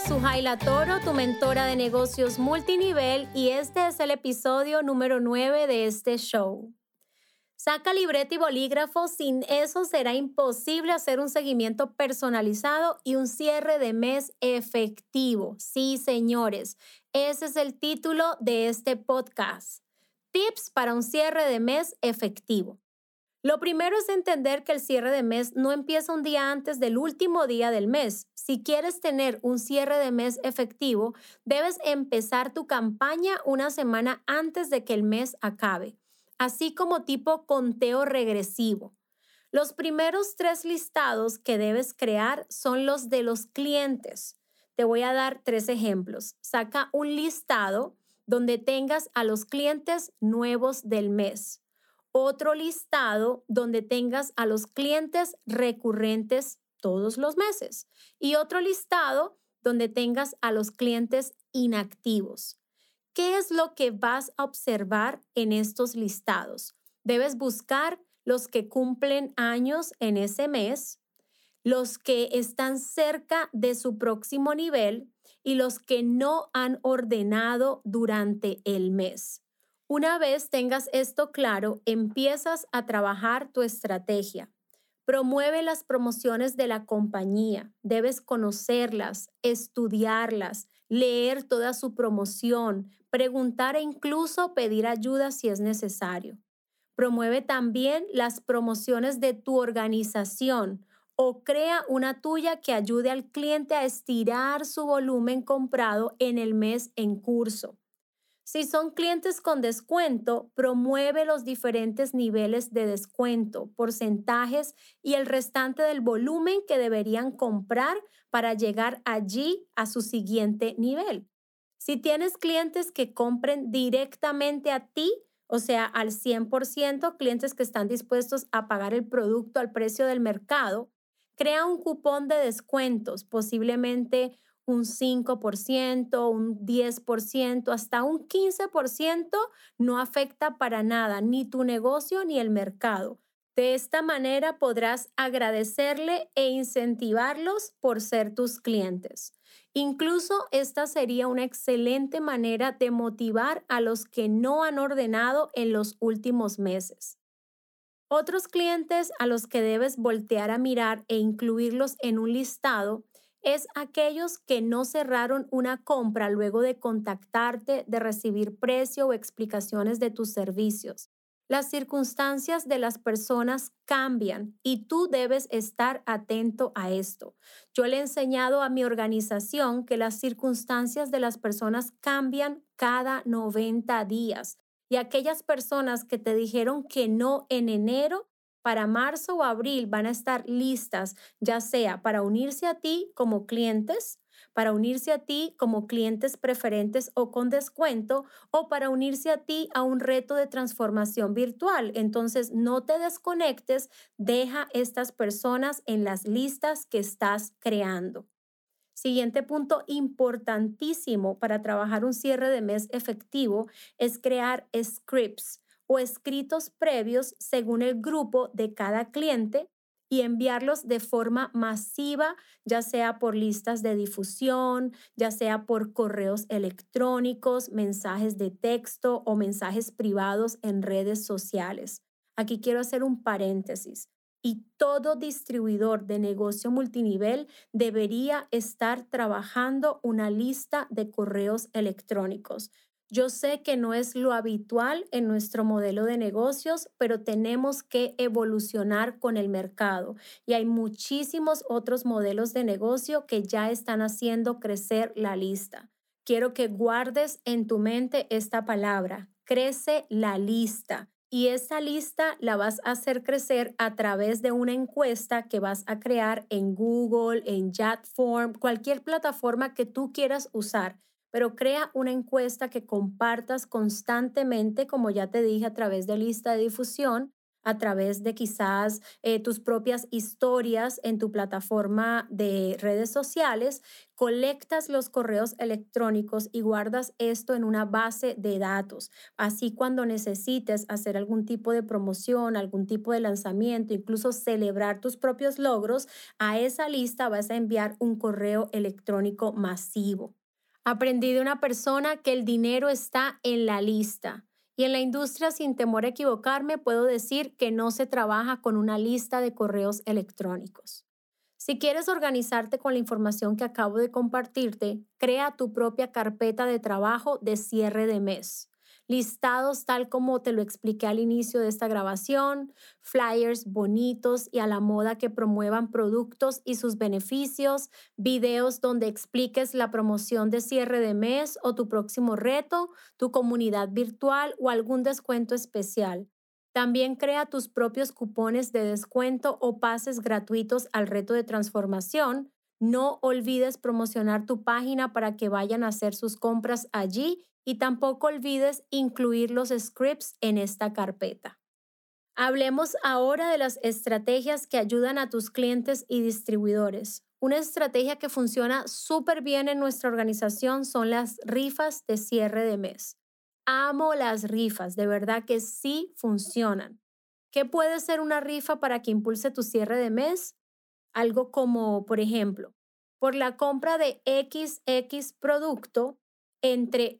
Suhaila Toro, tu mentora de negocios multinivel, y este es el episodio número 9 de este show. Saca libreta y bolígrafo, sin eso será imposible hacer un seguimiento personalizado y un cierre de mes efectivo. Sí, señores, ese es el título de este podcast. Tips para un cierre de mes efectivo. Lo primero es entender que el cierre de mes no empieza un día antes del último día del mes. Si quieres tener un cierre de mes efectivo, debes empezar tu campaña una semana antes de que el mes acabe, así como tipo conteo regresivo. Los primeros 3 listados que debes crear son los de los clientes. Te voy a dar 3 ejemplos. Saca un listado donde tengas a los clientes nuevos del mes. Otro listado donde tengas a los clientes recurrentes todos los meses. Y otro listado donde tengas a los clientes inactivos. ¿Qué es lo que vas a observar en estos listados? Debes buscar los que cumplen años en ese mes, los que están cerca de su próximo nivel y los que no han ordenado durante el mes. Una vez tengas esto claro, empiezas a trabajar tu estrategia. Promueve las promociones de la compañía. Debes conocerlas, estudiarlas, leer toda su promoción, preguntar e incluso pedir ayuda si es necesario. Promueve también las promociones de tu organización o crea una tuya que ayude al cliente a estirar su volumen comprado en el mes en curso. Si son clientes con descuento, promueve los diferentes niveles de descuento, porcentajes y el restante del volumen que deberían comprar para llegar allí a su siguiente nivel. Si tienes clientes que compren directamente a ti, o sea, al 100%, clientes que están dispuestos a pagar el producto al precio del mercado, crea un cupón de descuentos, posiblemente un 5%, un 10%, hasta un 15%, no afecta para nada ni tu negocio ni el mercado. De esta manera podrás agradecerle e incentivarlos por ser tus clientes. Incluso esta sería una excelente manera de motivar a los que no han ordenado en los últimos meses. Otros clientes a los que debes voltear a mirar e incluirlos en un listado es aquellos que no cerraron una compra luego de contactarte, de recibir precio o explicaciones de tus servicios. Las circunstancias de las personas cambian y tú debes estar atento a esto. Yo le he enseñado a mi organización que las circunstancias de las personas cambian cada 90 días. Y aquellas personas que te dijeron que no en enero, para marzo o abril van a estar listas, ya sea para unirse a ti como clientes, para unirse a ti como clientes preferentes o con descuento, o para unirse a ti a un reto de transformación virtual. Entonces, no te desconectes, deja estas personas en las listas que estás creando. Siguiente punto importantísimo para trabajar un cierre de mes efectivo es crear scripts o escritos previos según el grupo de cada cliente y enviarlos de forma masiva, ya sea por listas de difusión, ya sea por correos electrónicos, mensajes de texto o mensajes privados en redes sociales. Aquí quiero hacer un paréntesis. Y todo distribuidor de negocio multinivel debería estar trabajando una lista de correos electrónicos. Yo sé que no es lo habitual en nuestro modelo de negocios, pero tenemos que evolucionar con el mercado y hay muchísimos otros modelos de negocio que ya están haciendo crecer la lista. Quiero que guardes en tu mente esta palabra: crece la lista. Y esa lista la vas a hacer crecer a través de una encuesta que vas a crear en Google, en Jotform, cualquier plataforma que tú quieras usar. Pero crea una encuesta que compartas constantemente, como ya te dije, a través de lista de difusión, a través de quizás tus propias historias en tu plataforma de redes sociales, colectas los correos electrónicos y guardas esto en una base de datos. Así cuando necesites hacer algún tipo de promoción, algún tipo de lanzamiento, incluso celebrar tus propios logros, a esa lista vas a enviar un correo electrónico masivo. Aprendí de una persona que el dinero está en la lista. Y en la industria, sin temor a equivocarme, puedo decir que no se trabaja con una lista de correos electrónicos. Si quieres organizarte con la información que acabo de compartirte, crea tu propia carpeta de trabajo de cierre de mes. Listados tal como te lo expliqué al inicio de esta grabación, flyers bonitos y a la moda que promuevan productos y sus beneficios, videos donde expliques la promoción de cierre de mes o tu próximo reto, tu comunidad virtual o algún descuento especial. También crea tus propios cupones de descuento o pases gratuitos al reto de transformación. No olvides promocionar tu página para que vayan a hacer sus compras allí y tampoco olvides incluir los scripts en esta carpeta. Hablemos ahora de las estrategias que ayudan a tus clientes y distribuidores. Una estrategia que funciona súper bien en nuestra organización son las rifas de cierre de mes. Amo las rifas, de verdad que sí funcionan. ¿Qué puede ser una rifa para que impulse tu cierre de mes? Algo como, por ejemplo, por la compra de XX producto, entre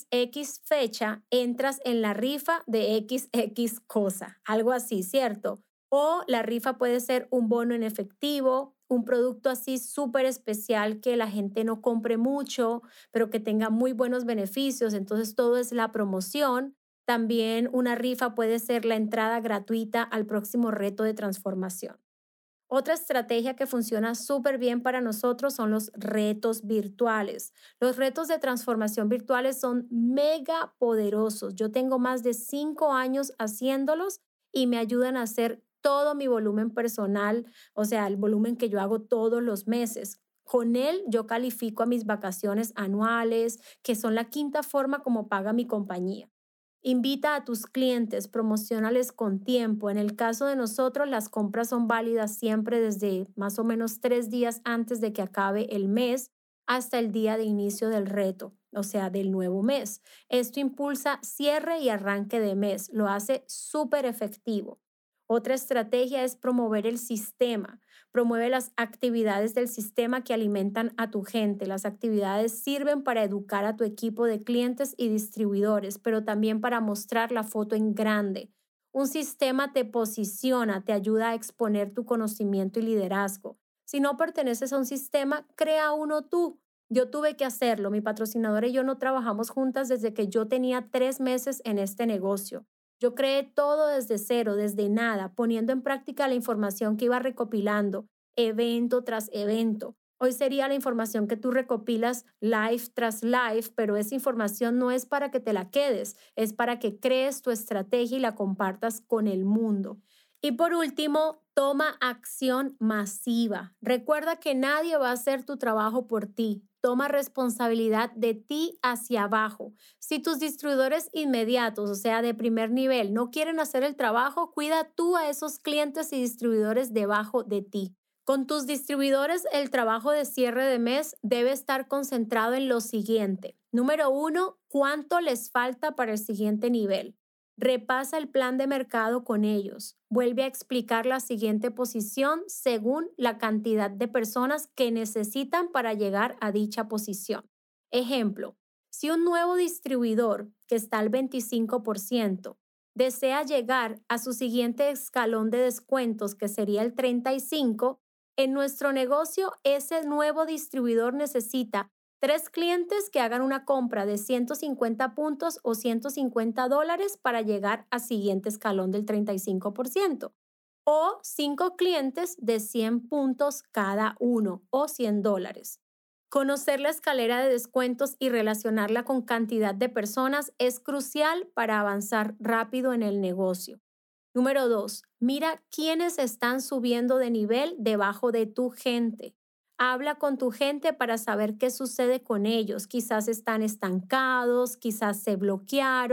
XX fecha entras en la rifa de XX cosa, algo así, ¿cierto? O la rifa puede ser un bono en efectivo, un producto así súper especial que la gente no compre mucho, pero que tenga muy buenos beneficios, entonces todo es la promoción. También una rifa puede ser la entrada gratuita al próximo reto de transformación. Otra estrategia que funciona súper bien para nosotros son los retos virtuales. Los retos de transformación virtuales son mega poderosos. Yo tengo más de 5 años haciéndolos y me ayudan a hacer todo mi volumen personal, o sea, el volumen que yo hago todos los meses. Con él yo califico a mis vacaciones anuales, que son la quinta forma como paga mi compañía. Invita a tus clientes, promocionales con tiempo. En el caso de nosotros, las compras son válidas siempre desde más o menos 3 días antes de que acabe el mes hasta el día de inicio del reto, o sea, del nuevo mes. Esto impulsa cierre y arranque de mes, lo hace súper efectivo. Otra estrategia es promover el sistema. Promueve las actividades del sistema que alimentan a tu gente. Las actividades sirven para educar a tu equipo de clientes y distribuidores, pero también para mostrar la foto en grande. Un sistema te posiciona, te ayuda a exponer tu conocimiento y liderazgo. Si no perteneces a un sistema, crea uno tú. Yo tuve que hacerlo. Mi patrocinadora y yo no trabajamos juntas desde que yo tenía 3 meses en este negocio. Yo creé todo desde cero, desde nada, poniendo en práctica la información que iba recopilando, evento tras evento. Hoy sería la información que tú recopilas live tras live, pero esa información no es para que te la quedes, es para que crees tu estrategia y la compartas con el mundo. Y por último, toma acción masiva. Recuerda que nadie va a hacer tu trabajo por ti. Toma responsabilidad de ti hacia abajo. Si tus distribuidores inmediatos, o sea, de primer nivel, no quieren hacer el trabajo, cuida tú a esos clientes y distribuidores debajo de ti. Con tus distribuidores, el trabajo de cierre de mes debe estar concentrado en lo siguiente. Número 1, ¿cuánto les falta para el siguiente nivel? Repasa el plan de mercado con ellos. Vuelve a explicar la siguiente posición según la cantidad de personas que necesitan para llegar a dicha posición. Ejemplo, si un nuevo distribuidor que está al 25% desea llegar a su siguiente escalón de descuentos, que sería el 35%, en nuestro negocio ese nuevo distribuidor necesita 3 clientes que hagan una compra de 150 puntos o $150 para llegar al siguiente escalón del 35%. O 5 clientes de 100 puntos cada uno o $100. Conocer la escalera de descuentos y relacionarla con cantidad de personas es crucial para avanzar rápido en el negocio. Número 2, mira quiénes están subiendo de nivel debajo de tu gente. Habla con tu gente para saber qué sucede con ellos. Quizás están estancados, quizás se bloquearon,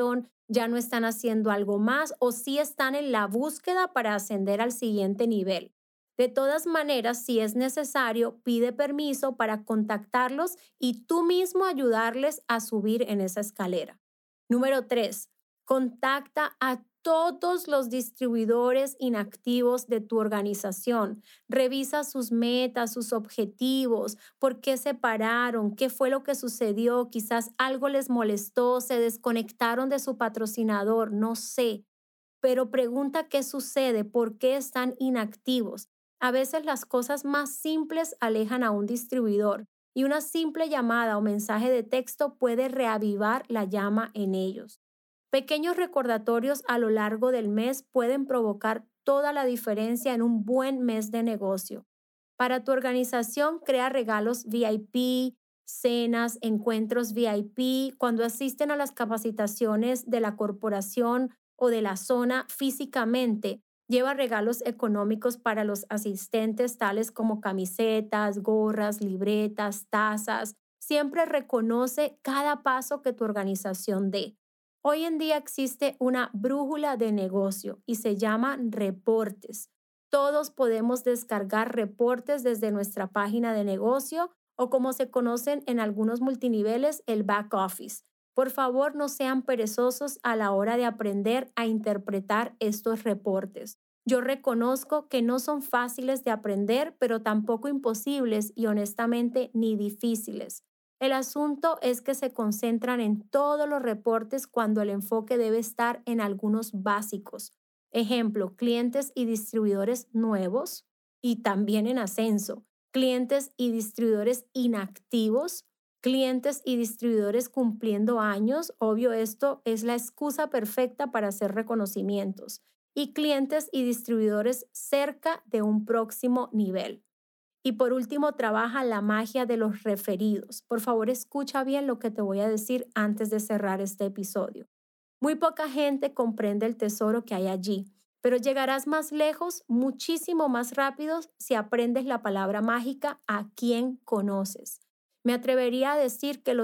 ya no están haciendo algo más o sí están en la búsqueda para ascender al siguiente nivel. De todas maneras, si es necesario, pide permiso para contactarlos y tú mismo ayudarles a subir en esa escalera. Número 3. Contacta a todos los distribuidores inactivos de tu organización. Revisa sus metas, sus objetivos, por qué se pararon, qué fue lo que sucedió, quizás algo les molestó, se desconectaron de su patrocinador, no sé. Pero pregunta qué sucede, por qué están inactivos. A veces las cosas más simples alejan a un distribuidor y una simple llamada o mensaje de texto puede reavivar la llama en ellos. Pequeños recordatorios a lo largo del mes pueden provocar toda la diferencia en un buen mes de negocio. Para tu organización, crea regalos VIP, cenas, encuentros VIP, cuando asisten a las capacitaciones de la corporación o de la zona físicamente. Lleva regalos económicos para los asistentes, tales como camisetas, gorras, libretas, tazas. Siempre reconoce cada paso que tu organización dé. Hoy en día existe una brújula de negocio y se llama reportes. Todos podemos descargar reportes desde nuestra página de negocio o como se conocen en algunos multiniveles, el back office. Por favor, no sean perezosos a la hora de aprender a interpretar estos reportes. Yo reconozco que no son fáciles de aprender, pero tampoco imposibles y honestamente ni difíciles. El asunto es que se concentran en todos los reportes cuando el enfoque debe estar en algunos básicos. Ejemplo, clientes y distribuidores nuevos y también en ascenso, clientes y distribuidores inactivos, clientes y distribuidores cumpliendo años, obvio esto es la excusa perfecta para hacer reconocimientos, y clientes y distribuidores cerca de un próximo nivel. Y por último, trabaja la magia de los referidos. Por favor, escucha bien lo que te voy a decir antes de cerrar este episodio. Muy poca gente comprende el tesoro que hay allí, pero llegarás más lejos, muchísimo más rápido, si aprendes la palabra mágica a quien conoces. Me atrevería a decir que el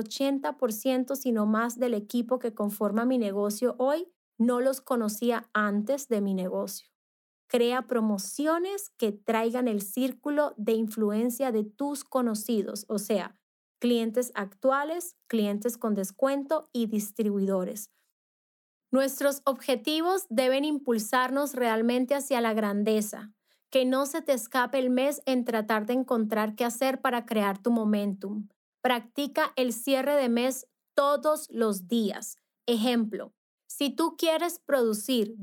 80%, si no más, del equipo que conforma mi negocio hoy no los conocía antes de mi negocio. Crea promociones que traigan el círculo de influencia de tus conocidos, o sea, clientes actuales, clientes con descuento y distribuidores. Nuestros objetivos deben impulsarnos realmente hacia la grandeza. Que no se te escape el mes en tratar de encontrar qué hacer para crear tu momentum. Practica el cierre de mes todos los días. Ejemplo, si tú quieres producir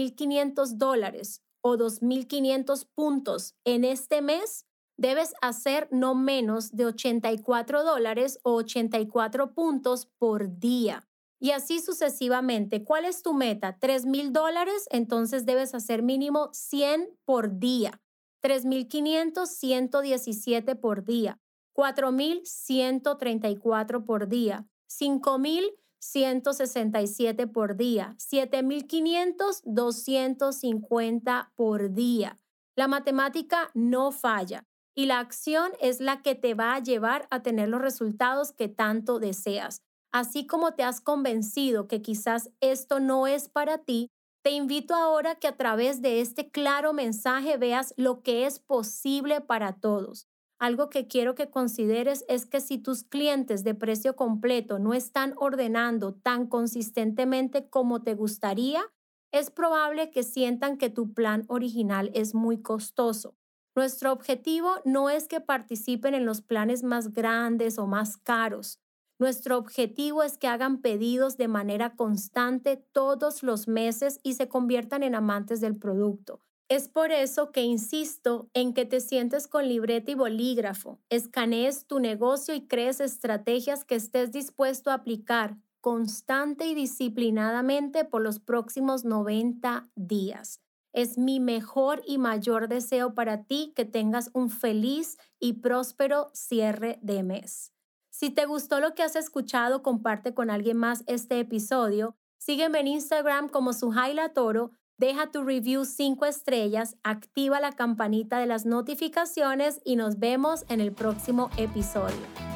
$2,500 o 2,500 puntos en este mes, debes hacer no menos de $84 o 84 puntos por día. Y así sucesivamente. ¿Cuál es tu meta? $3,000, entonces debes hacer mínimo 100 por día. 3,500, 117 por día. 4,000, 134 por día. 5,000, 167 por día. 7,500, 250 por día. La matemática no falla y la acción es la que te va a llevar a tener los resultados que tanto deseas. Así como te has convencido que quizás esto no es para ti, te invito ahora que a través de este claro mensaje veas lo que es posible para todos. Algo que quiero que consideres es que si tus clientes de precio completo no están ordenando tan consistentemente como te gustaría, es probable que sientan que tu plan original es muy costoso. Nuestro objetivo no es que participen en los planes más grandes o más caros. Nuestro objetivo es que hagan pedidos de manera constante todos los meses y se conviertan en amantes del producto. Es por eso que insisto en que te sientes con libreta y bolígrafo, escanees tu negocio y crees estrategias que estés dispuesto a aplicar constante y disciplinadamente por los próximos 90 días. Es mi mejor y mayor deseo para ti que tengas un feliz y próspero cierre de mes. Si te gustó lo que has escuchado, comparte con alguien más este episodio. Sígueme en Instagram como Suhaila Toro. Deja tu review 5 estrellas, activa la campanita de las notificaciones y nos vemos en el próximo episodio.